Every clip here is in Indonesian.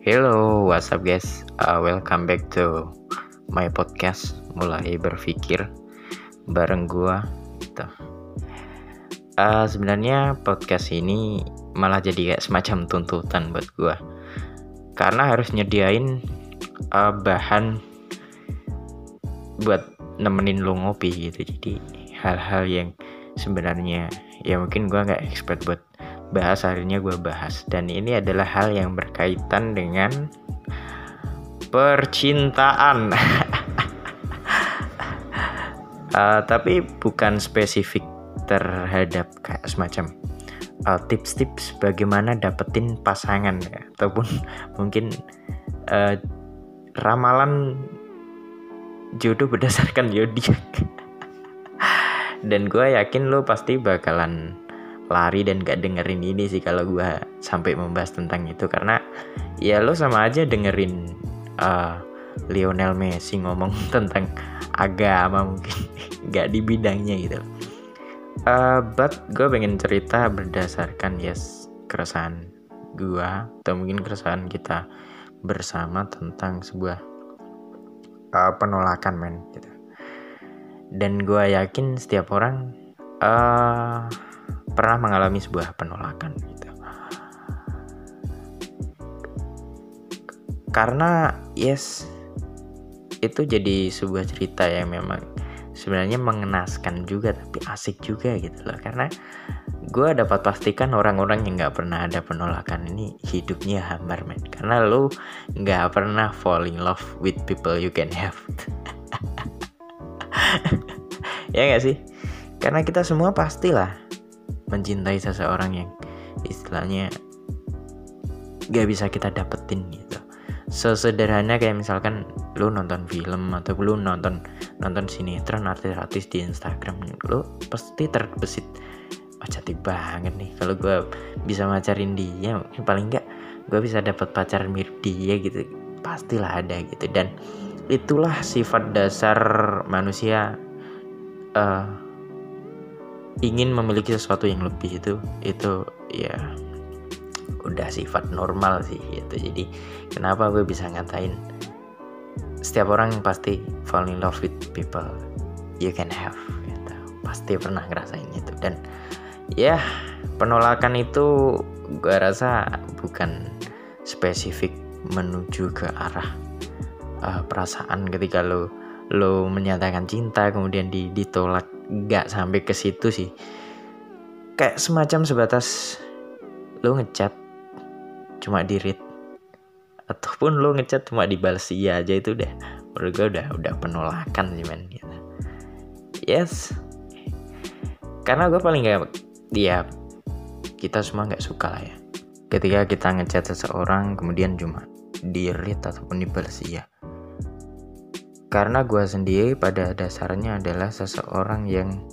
Hello, what's up guys? Welcome back to my podcast. Mulai berpikir bareng gua gitu. Sebenarnya podcast ini malah jadi kayak semacam tuntutan buat gua, karena harus nyediain bahan buat nemenin lu ngopi gitu. Jadi hal-hal yang sebenarnya ya mungkin gua nggak expert buat bahas, akhirnya gue bahas. Dan ini adalah hal yang berkaitan dengan percintaan. Tapi bukan spesifik terhadap kayak semacam tips-tips bagaimana dapetin pasangan ya, ataupun mungkin ramalan jodoh berdasarkan zodiak. Dan gue yakin lo pasti bakalan lari dan gak dengerin ini sih kalau gue sampai membahas tentang itu, karena ya lo sama aja dengerin Lionel Messi ngomong tentang agama, mungkin gak di bidangnya gitu. But gue pengen cerita berdasarkan keresahan gue atau mungkin keresahan kita bersama tentang sebuah penolakan gitu. Dan gue yakin setiap orang pernah mengalami sebuah penolakan gitu. Karena itu jadi sebuah cerita yang memang sebenarnya mengenaskan juga, tapi asik juga gitu loh. Karena gue dapat pastikan orang-orang yang gak pernah ada penolakan ini hidupnya hambar men. Karena lo gak pernah fall in love with people you can have. Ya gak sih? Karena kita semua pastilah mencintai seseorang yang istilahnya gak bisa kita dapetin gitu. Sesederhana kayak misalkan lu nonton film atau lu nonton sinetron artis-artis di Instagram, lu pasti terbesit, cantik banget nih, kalau gue bisa macarin dia, paling gak gue bisa dapat pacar mirip dia gitu. Pastilah ada gitu. Dan itulah sifat dasar manusia, ingin memiliki sesuatu yang lebih. Itu ya udah sifat normal sih gitu. Jadi kenapa gue bisa ngatain setiap orang pasti fall in love with people you can have gitu. Pasti pernah ngerasain itu. Dan ya penolakan itu gue rasa bukan spesifik menuju ke arah perasaan ketika lo menyatakan cinta kemudian ditolak, nggak sampai ke situ sih. Kayak semacam sebatas lo ngechat cuma di read, ataupun lo ngechat cuma dibalas iya aja, itu udah menurut gue udah penolakan sih men gitu. Karena gue paling nggak, ya kita semua nggak suka lah ya ketika kita ngechat seseorang kemudian cuma di read ataupun dibalas iya. Karena gue sendiri pada dasarnya adalah seseorang yang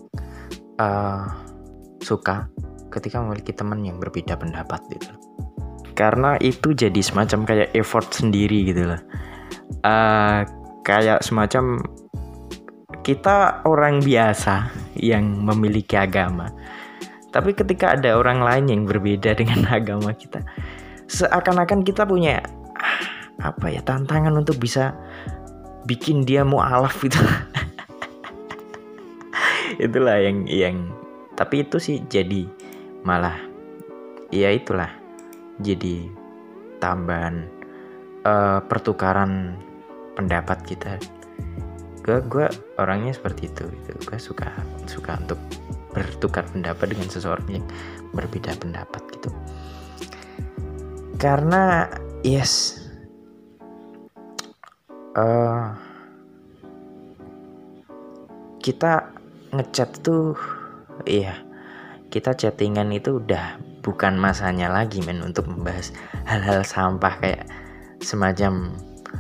suka ketika memiliki teman yang berbeda pendapat gitu. Karena itu jadi semacam kayak effort sendiri gitu loh. Kayak semacam kita orang biasa yang memiliki agama, tapi ketika ada orang lain yang berbeda dengan agama kita, seakan-akan kita punya tantangan untuk bisa bikin dia mualaf gitu. Itulah yang tapi itu sih jadi malah ya itulah jadi tambahan pertukaran pendapat kita. Gue orangnya seperti itu gitu. Gue suka untuk bertukar pendapat dengan seseorang yang berbeda pendapat gitu. Karena kita ngechat tuh kita chattingan itu udah bukan masanya lagi men untuk membahas hal-hal sampah kayak semacam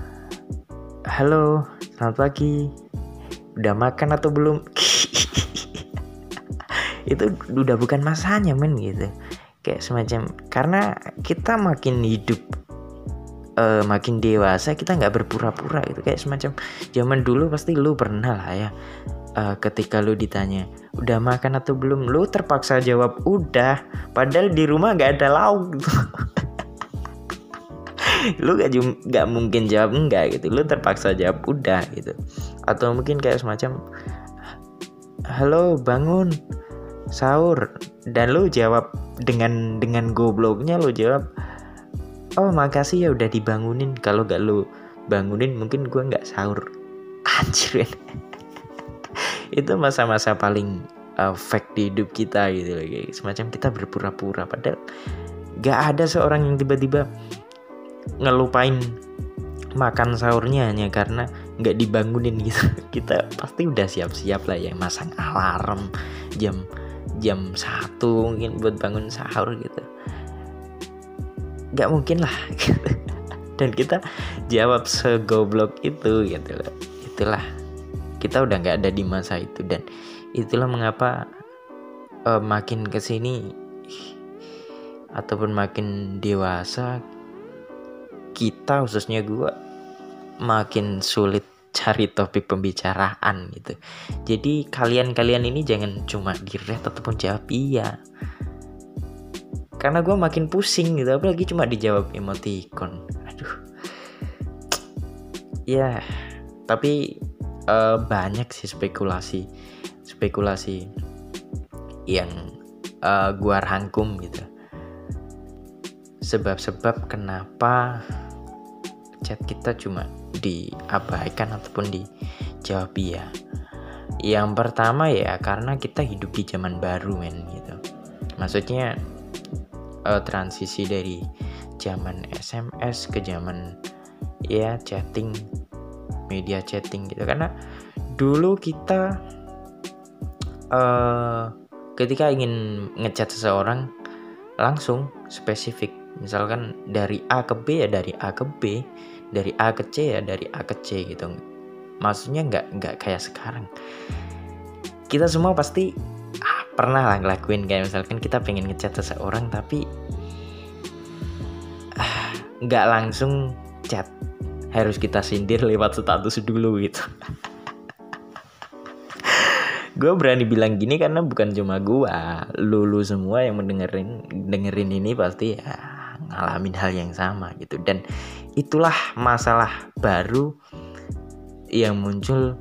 halo selamat pagi, udah makan atau belum. Itu udah bukan masanya men gitu. Kayak semacam, karena kita makin hidup makin dewasa, kita nggak berpura-pura gitu. Kayak semacam zaman dulu pasti lu pernah lah ya, ketika lu ditanya udah makan atau belum, lu terpaksa jawab udah, padahal di rumah nggak ada lauk gitu. Lu gak mungkin jawab enggak gitu, lu terpaksa jawab udah gitu. Atau mungkin kayak semacam halo bangun sahur, dan lu jawab dengan gobloknya lu jawab oh makasih ya udah dibangunin. Kalau gak lu bangunin mungkin gue gak sahur. Anjir. Itu masa-masa paling fake di hidup kita gitu loh, kayak semacam kita berpura-pura, padahal gak ada seorang yang tiba-tiba ngelupain makan sahurnya hanya karena gak dibangunin gitu. Kita pasti udah siap-siap lah ya, masang alarm jam 1 mungkin buat bangun sahur gitu. Gak mungkin lah gitu. Dan kita jawab segoblok itu gitu loh. Itulah, kita udah gak ada di masa itu. Dan itulah mengapa makin kesini ataupun makin dewasa, kita khususnya gue makin sulit cari topik pembicaraan gitu. Jadi kalian ini jangan cuma direct ataupun jawab iya, karena gue makin pusing gitu, apalagi cuma dijawab emoticon. Aduh ya, tapi banyak sih spekulasi yang gue rangkum gitu, sebab-sebab kenapa chat kita cuma diabaikan ataupun dijawab iya. Yang pertama ya karena kita hidup di zaman baru men gitu. Maksudnya transisi dari zaman SMS ke zaman ya chatting, media chatting gitu. Karena dulu kita ketika ingin ngechat seseorang langsung spesifik, misalkan dari A ke B ya dari A ke B, dari A ke C ya dari A ke C gitu. Maksudnya nggak kayak sekarang. Kita semua pasti pernah lah ngelakuin kayak misalkan kita pengen ngechat seseorang tapi nggak langsung chat, harus kita sindir lewat status dulu gitu. Gue berani bilang gini karena bukan cuma gue, lu semua yang dengerin ini pasti ya ngalamin hal yang sama gitu. Dan itulah masalah baru yang muncul,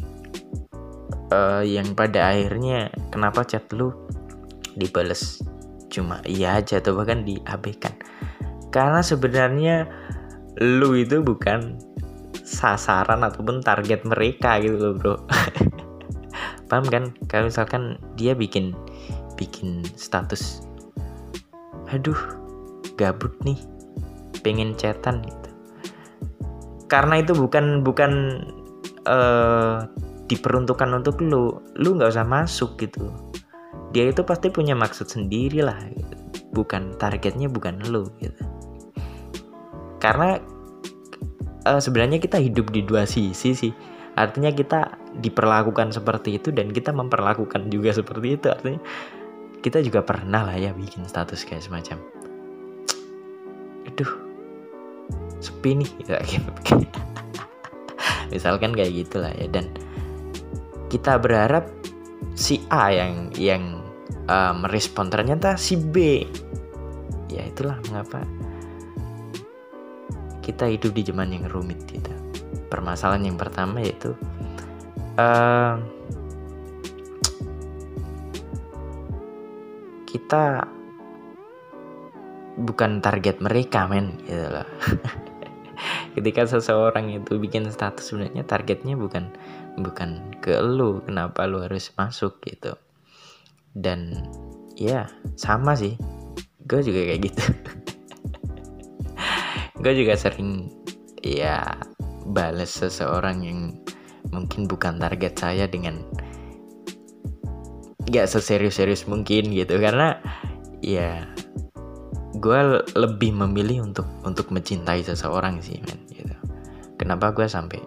yang pada akhirnya kenapa chat lu dibales cuma iya aja atau bahkan diabaikan. Karena sebenarnya lu itu bukan sasaran ataupun target mereka gitu loh bro. Paham kan? Kalau misalkan dia bikin status, aduh gabut nih, pengen chatan gitu. Karena itu bukan diperuntukkan untuk lu nggak usah masuk gitu. Dia itu pasti punya maksud sendiri lah gitu. Bukan targetnya bukan lu gitu. Karena sebenarnya kita hidup di dua sisi sih. Artinya kita diperlakukan seperti itu dan kita memperlakukan juga seperti itu. Artinya kita juga pernah lah ya bikin status kayak semacam aduh sepi nih gitu. Misalkan kayak gitulah ya. Dan kita berharap si A yang merespon, ternyata si B. Ya itulah mengapa kita hidup di zaman yang rumit gitu. Permasalahan yang pertama yaitu kita bukan target mereka men gitu loh. Ketika seseorang itu bikin status sebenarnya targetnya bukan ke lu, kenapa lu harus masuk gitu. Dan ya sama sih, gue juga kayak gitu. Gue juga sering ya bales seseorang yang mungkin bukan target saya dengan gak seserius-serius mungkin gitu. Karena ya gue lebih memilih untuk mencintai seseorang sih men gitu. Kenapa gue sampai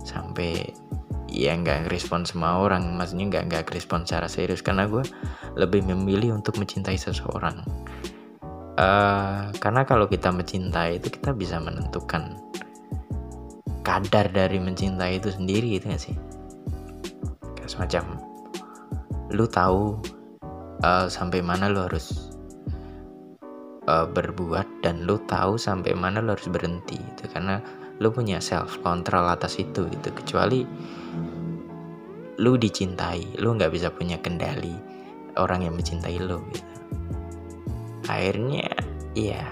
ya nggak respon semua orang, maksudnya nggak respon secara serius, karena gue lebih memilih untuk mencintai seseorang. Karena kalau kita mencintai itu kita bisa menentukan kadar dari mencintai itu sendiri gitu gak sih? Kayak semacam lu tahu sampai mana lu harus berbuat dan lu tahu sampai mana lu harus berhenti gitu, karena lu punya self control atas itu gitu. Kecuali lu dicintai, lu nggak bisa punya kendali orang yang mencintai lu gitu. Akhirnya ya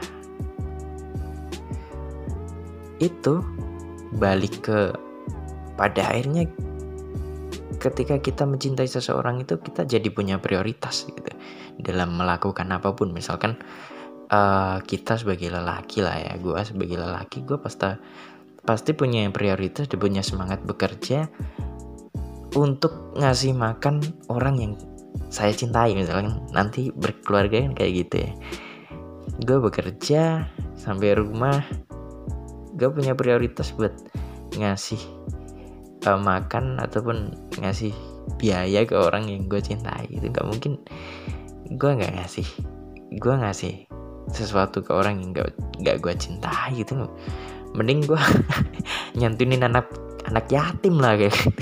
itu balik ke pada akhirnya ketika kita mencintai seseorang itu kita jadi punya prioritas gitu dalam melakukan apapun. Misalkan kita sebagai lelaki lah ya, gue sebagai lelaki gue pasti punya prioritas dan punya semangat bekerja untuk ngasih makan orang yang saya cintai. Misalkan nanti berkeluarga kan kayak gitu ya, gue bekerja sampai rumah, gue punya prioritas buat ngasih makan ataupun ngasih biaya ke orang yang gue cintai. Itu nggak mungkin gue ngasih sesuatu ke orang yang nggak gue cintai gitu. Mending gue nyantunin anak yatim lah kayak gitu.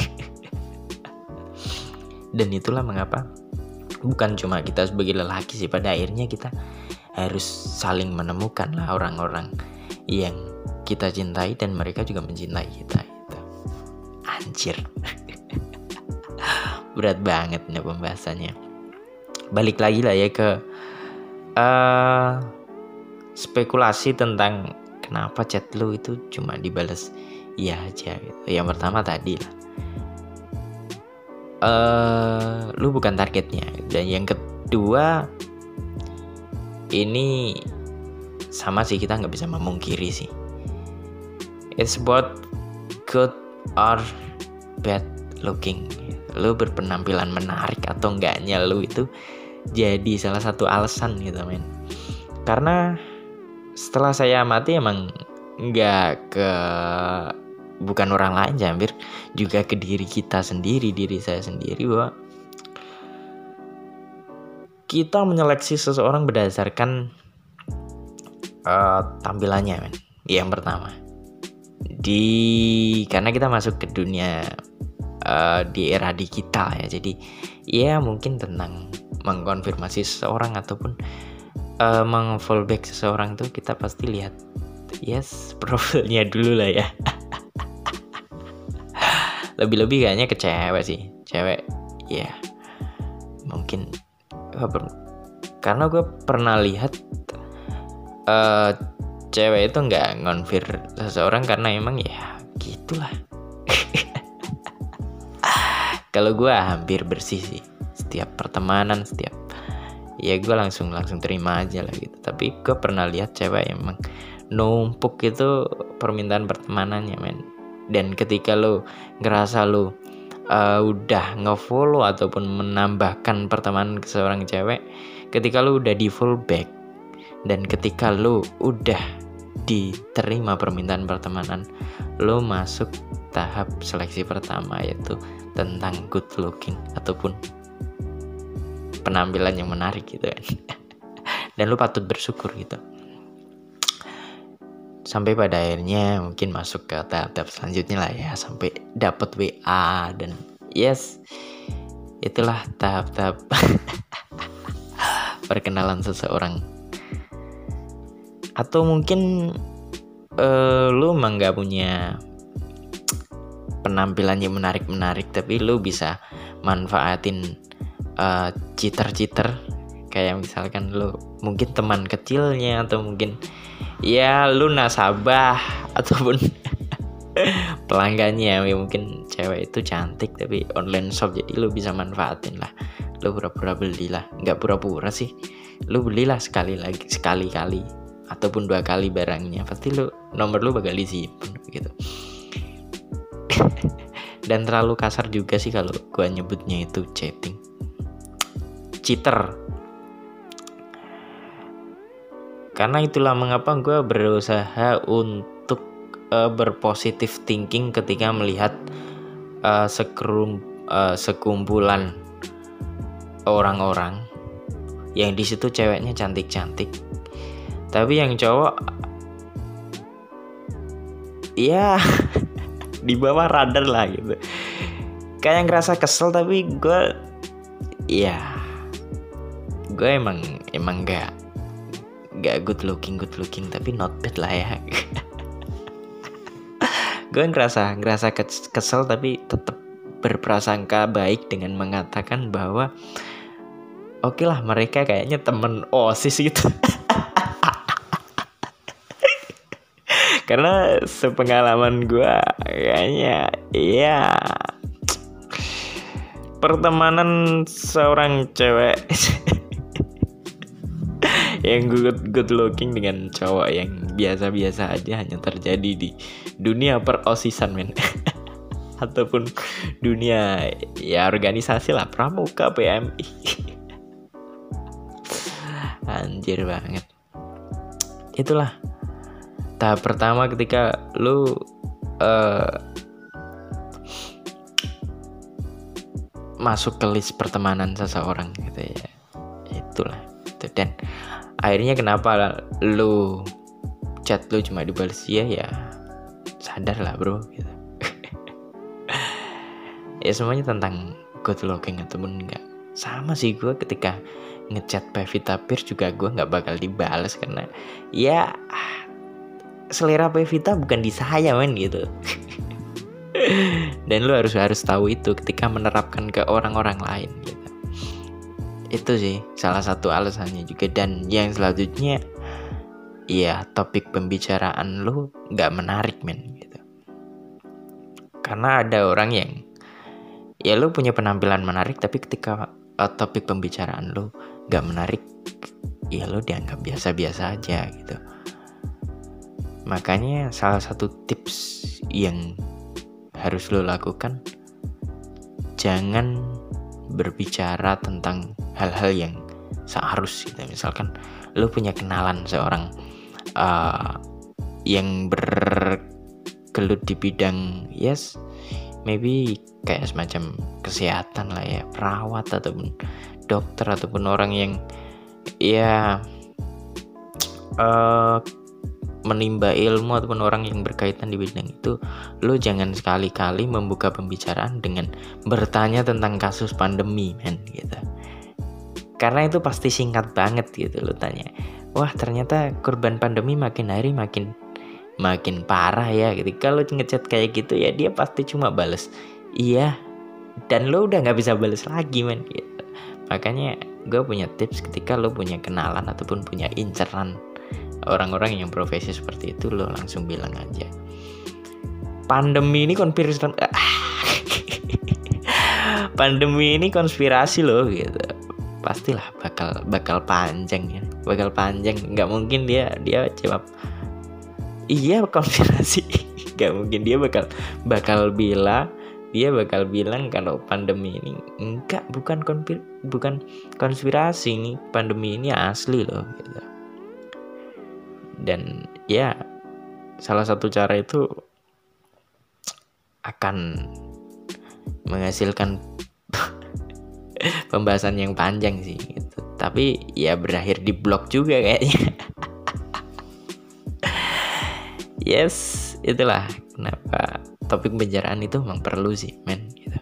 Dan itulah mengapa bukan cuma kita sebagai lelaki sih, pada akhirnya kita harus saling menemukan lah orang-orang yang kita cintai dan mereka juga mencintai kita gitu. Anjir. Berat banget nih pembahasannya. Balik lagi lah ya ke spekulasi tentang kenapa chat lu itu cuma dibales iya aja gitu. Yang pertama tadi lah, lu bukan targetnya. Dan yang kedua, ini sama sih, kita nggak bisa memungkiri sih, it's about good or bad looking. Lu berpenampilan menarik atau enggaknya lu itu jadi salah satu alasan gitu men. Karena setelah saya amati emang bukan orang lain, hampir juga ke diri saya sendiri, bahwa kita menyeleksi seseorang berdasarkan tampilannya men. Yang pertama, karena kita masuk ke dunia di era digital ya, jadi ya mungkin tentang mengkonfirmasi seseorang ataupun meng-fallback seseorang tuh kita pasti lihat profilnya dulu lah ya. Lebih-lebih kayaknya ke cewek ya mungkin karena gue pernah lihat cewek itu nggak ngonfir seseorang karena emang ya gitulah. Kalau gue hampir bersih sih, setiap pertemanan, ya gue langsung terima aja lah gitu. Tapi gue pernah lihat cewek yang emang numpuk itu permintaan pertemanannya men. Dan ketika lo ngerasa lo udah nge-follow ataupun menambahkan pertemanan ke seorang cewek, ketika lo udah di full back dan ketika lo udah diterima permintaan pertemanan, lo masuk tahap seleksi pertama, yaitu tentang good looking ataupun penampilan yang menarik gitu kan. Dan lu patut bersyukur gitu. Sampai pada akhirnya mungkin masuk ke tahap-tahap selanjutnya lah ya, sampai dapat WA dan itulah tahap-tahap perkenalan seseorang. Atau mungkin lu emang gak punya penampilan yang menarik, tapi lu bisa manfaatin cheater kayak misalkan lu mungkin teman kecilnya atau mungkin ya lu nasabah ataupun pelanggannya, ya mungkin cewek itu cantik tapi online shop, jadi lu bisa manfaatin lah. Lu pura-pura belilah, nggak pura-pura sih, lu belilah sekali ataupun 2 kali barangnya, pasti nomor lu bakal disimpan gitu. Dan terlalu kasar juga sih kalau gue nyebutnya itu cheater. Karena itulah mengapa gue berusaha untuk berpositif thinking ketika melihat sekumpulan orang-orang yang di situ ceweknya cantik-cantik, tapi yang cowok ya di bawah radar lah gitu. Kayak ngerasa kesel, tapi gue emang gak good looking tapi not bad lah ya. Gue ngerasa kesel tapi tetap berprasangka baik dengan mengatakan bahwa oke lah, mereka kayaknya temen OSIS gitu. Karena sepengalaman gue kayaknya ya pertemanan seorang cewek yang good looking dengan cowok yang biasa-biasa aja hanya terjadi di dunia perosisan men. Ataupun dunia ya organisasi lah, pramuka, PMI. Anjir banget. Itulah tahap pertama ketika lu masuk ke list pertemanan seseorang gitu ya. Itulah itu. Dan akhirnya kenapa lu chat lu cuma dibalas ya sadar lah bro gitu. Ya semuanya tentang good looking ataupun enggak. Sama sih gue ketika ngechat Pevita Pierce juga gue nggak bakal dibales karena ya selera Pevita bukan di saya men gitu. Dan lu harus tahu itu ketika menerapkan ke orang-orang lain gitu. Itu sih salah satu alasannya juga. Dan yang selanjutnya ya topik pembicaraan lu nggak menarik men gitu. Karena ada orang yang ya lu punya penampilan menarik tapi ketika topik pembicaraan lu nggak menarik ya lu dianggap biasa-biasa aja gitu. Makanya salah satu tips yang harus lo lakukan, jangan berbicara tentang hal-hal yang seharus gitu. Misalkan lo punya kenalan seorang yang bergelut di bidang maybe kayak semacam kesehatan lah ya, perawat ataupun dokter ataupun orang yang menimba ilmu ataupun orang yang berkaitan di bidang itu, lo jangan sekali-kali membuka pembicaraan dengan bertanya tentang kasus pandemi men gitu. Karena itu pasti singkat banget gitu. Lo tanya, wah ternyata korban pandemi makin hari makin parah ya gitu. Kalau ngechat kayak gitu ya dia pasti cuma bales iya, dan lo udah nggak bisa bales lagi men gitu. Makanya gue punya tips ketika lo punya kenalan ataupun punya inceran orang-orang yang profesi seperti itu, lo langsung bilang aja pandemi ini konspirasi lo gitu. Pastilah bakal panjang ya, nggak mungkin dia jawab iya konspirasi. Nggak mungkin dia bakal bilang kalau pandemi ini bukan konspirasi, ini pandemi ini asli loh gitu. Dan ya salah satu cara itu akan menghasilkan pembahasan yang panjang sih gitu. Tapi ya berakhir di blog juga kayaknya. Yes, itulah kenapa topik pembicaraan itu memang perlu sih men gitu.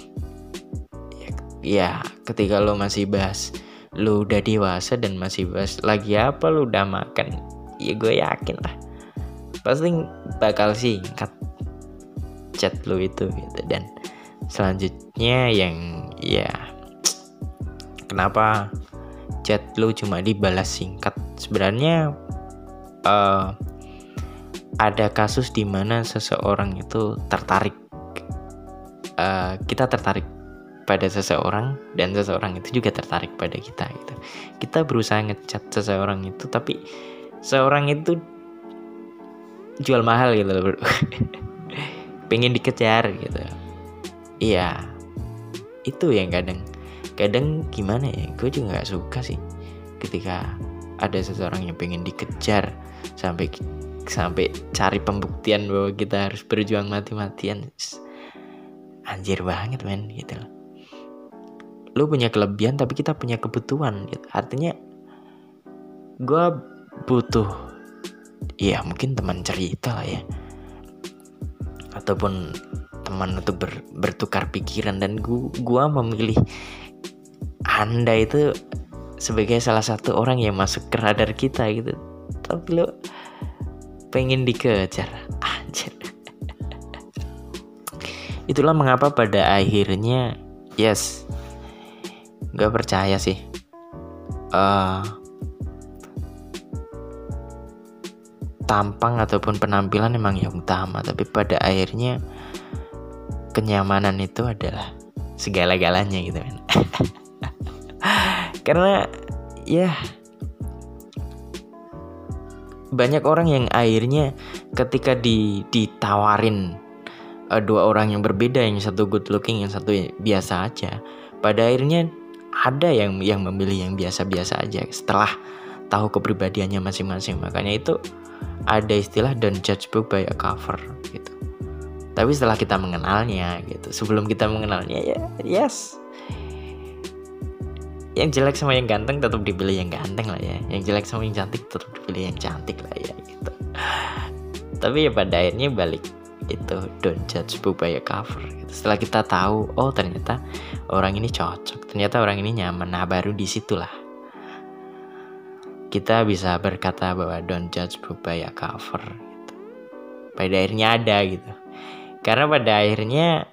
Ya ketika lo masih bahas lo udah dewasa dan masih bahas lagi apa lo udah makan, ya gue yakin lah pasti bakal singkat chat lo itu gitu. Dan selanjutnya yang kenapa chat lo cuma dibalas singkat, sebenarnya ada kasus di mana seseorang itu tertarik, kita tertarik pada seseorang dan seseorang itu juga tertarik pada kita gitu. Kita berusaha ngechat seseorang itu tapi seorang itu jual mahal gitu loh bro. Pengen dikejar gitu. Iya, itu yang kadang gimana ya, gue juga gak suka sih ketika ada seseorang yang pengen dikejar sampai cari pembuktian bahwa kita harus berjuang mati-matian. Anjir banget men gitu loh. Lu punya kelebihan tapi kita punya kebutuhan gitu. Artinya gue butuh ya mungkin teman cerita lah ya, ataupun teman untuk bertukar pikiran, dan gua memilih Anda itu sebagai salah satu orang yang masuk ke radar kita gitu, tapi lo pengen dikejar, anjir. Itulah mengapa pada akhirnya gak percaya sih tampang ataupun penampilan emang yang utama, tapi pada akhirnya kenyamanan itu adalah segala-galanya gitu kan. Karena ya banyak orang yang akhirnya ketika ditawarin dua orang yang berbeda, yang satu good looking, yang satu biasa aja, pada akhirnya ada yang memilih yang biasa-biasa aja setelah tahu kepribadiannya masing-masing. Makanya itu ada istilah don't judge book by a cover gitu. Tapi setelah kita mengenalnya gitu, sebelum kita mengenalnya yang jelek sama yang ganteng tetap dipilih yang ganteng lah ya, yang jelek sama yang cantik tetap dipilih yang cantik lah ya gitu. Tapi ya pada akhirnya balik itu don't judge book by a cover gitu. Setelah kita tahu, oh ternyata orang ini cocok, ternyata orang ini nyaman, nah baru disitulah kita bisa berkata bahwa don't judge book by a cover gitu. Pada akhirnya ada gitu. Karena pada akhirnya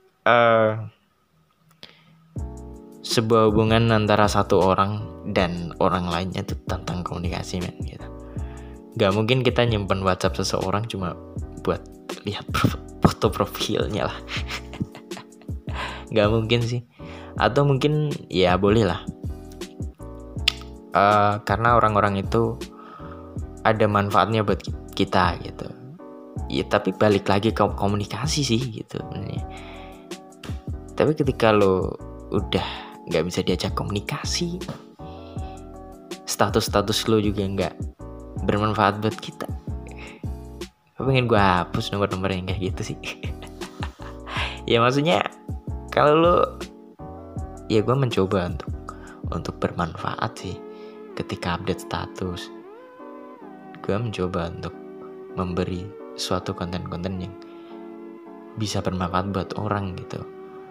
sebuah hubungan antara satu orang dan orang lainnya itu tentang komunikasi men gitu. Gak mungkin kita nyimpen WhatsApp seseorang cuma buat lihat foto profilnya lah. Gak mungkin sih. Atau mungkin ya boleh lah, karena orang-orang itu ada manfaatnya buat kita gitu. Ya tapi balik lagi ke komunikasi sih gitu. Tapi ketika lo udah gak bisa diajak komunikasi, status lo juga gak bermanfaat buat kita, pengen gue hapus nomor-nomor yang kayak gitu sih. Ya maksudnya kalau lo, ya gue mencoba untuk bermanfaat sih. Ketika update status, gue mencoba untuk memberi suatu konten-konten yang bisa bermanfaat buat orang gitu.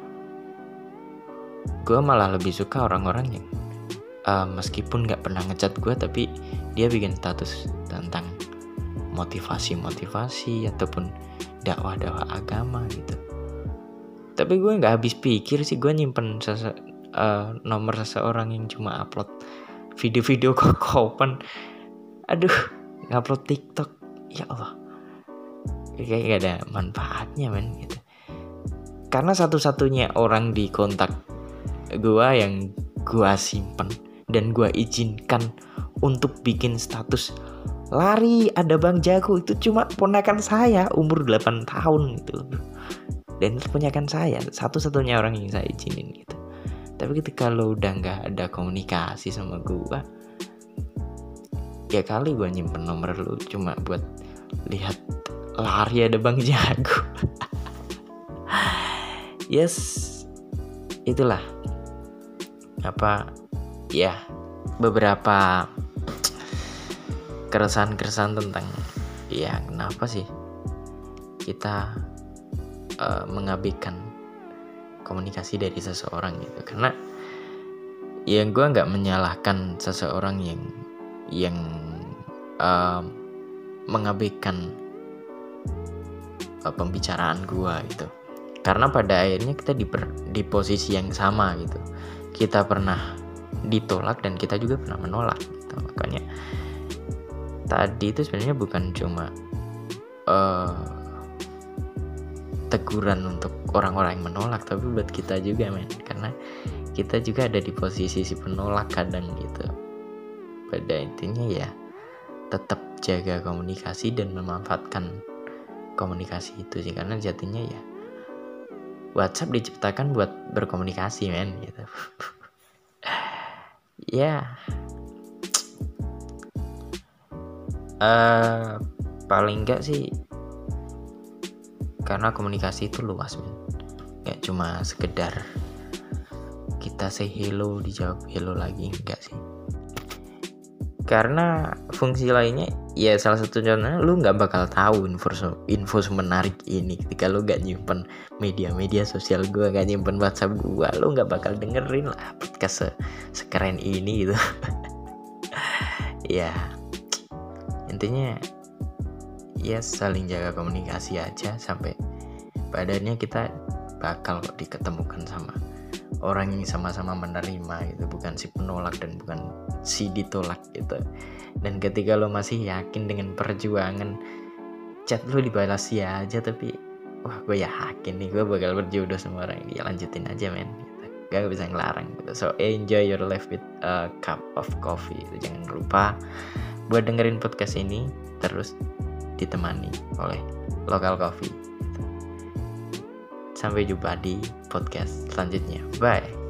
Gue malah lebih suka orang-orang yang meskipun gak pernah ngechat gue, tapi dia bikin status tentang motivasi ataupun dakwah agama gitu. Tapi gue gak habis pikir sih, gue nyimpen nomor seseorang yang cuma upload video-video kokopan, ngupload TikTok, ya Allah, kayak gak ada manfaatnya men gitu. Karena satu-satunya orang di kontak gue yang gue simpen dan gue izinkan untuk bikin status lari ada Bang Jago itu cuma ponakan saya umur 8 tahun gitu. Dan itu ponakan saya, satu-satunya orang yang saya izinin gitu. Tapi ketika lo udah gak ada komunikasi sama gue, ya kali gue nyimpen nomor lo cuma buat lihat lari ada Bang Jago. Itulah beberapa keresahan tentang ya kenapa sih kita mengabaikan komunikasi dari seseorang gitu. Karena ya gue nggak menyalahkan seseorang yang mengabaikan pembicaraan gue gitu. Karena pada akhirnya kita di posisi yang sama gitu. Kita pernah ditolak dan kita juga pernah menolak gitu. Makanya tadi itu sebenarnya bukan cuma teguran untuk orang-orang yang menolak, tapi buat kita juga men. Karena kita juga ada di posisi si penolak kadang gitu. Pada intinya ya tetap jaga komunikasi dan memanfaatkan komunikasi itu sih. Karena jadinya ya WhatsApp diciptakan buat berkomunikasi men gitu. Ya paling enggak sih, karena komunikasi itu luas men. Gak cuma sekedar kita say hello dijawab hello lagi, enggak sih. Karena fungsi lainnya ya salah satu contohnya lu nggak bakal tahu info menarik ini ketika lu nggak nyimpen media sosial gue, nggak nyimpen WhatsApp gue, lu nggak bakal dengerin lah podcast sekeren ini gitu. Ya intinya ya saling jaga komunikasi aja, sampai badannya kita bakal diketemukan sama orang yang sama-sama menerima gitu, bukan si penolak dan bukan si ditolak gitu. Dan ketika lo masih yakin dengan perjuangan, chat lo dibalas ya aja, tapi wah gue yakin nih gue bakal berjodoh sama orang ini, ya lanjutin aja men gitu. Gak bisa ngelarang gitu. So enjoy your life with a cup of coffee gitu. Jangan lupa buat dengerin podcast ini terus ditemani oleh Local Coffee gitu. Sampai jumpa di podcast selanjutnya. Bye.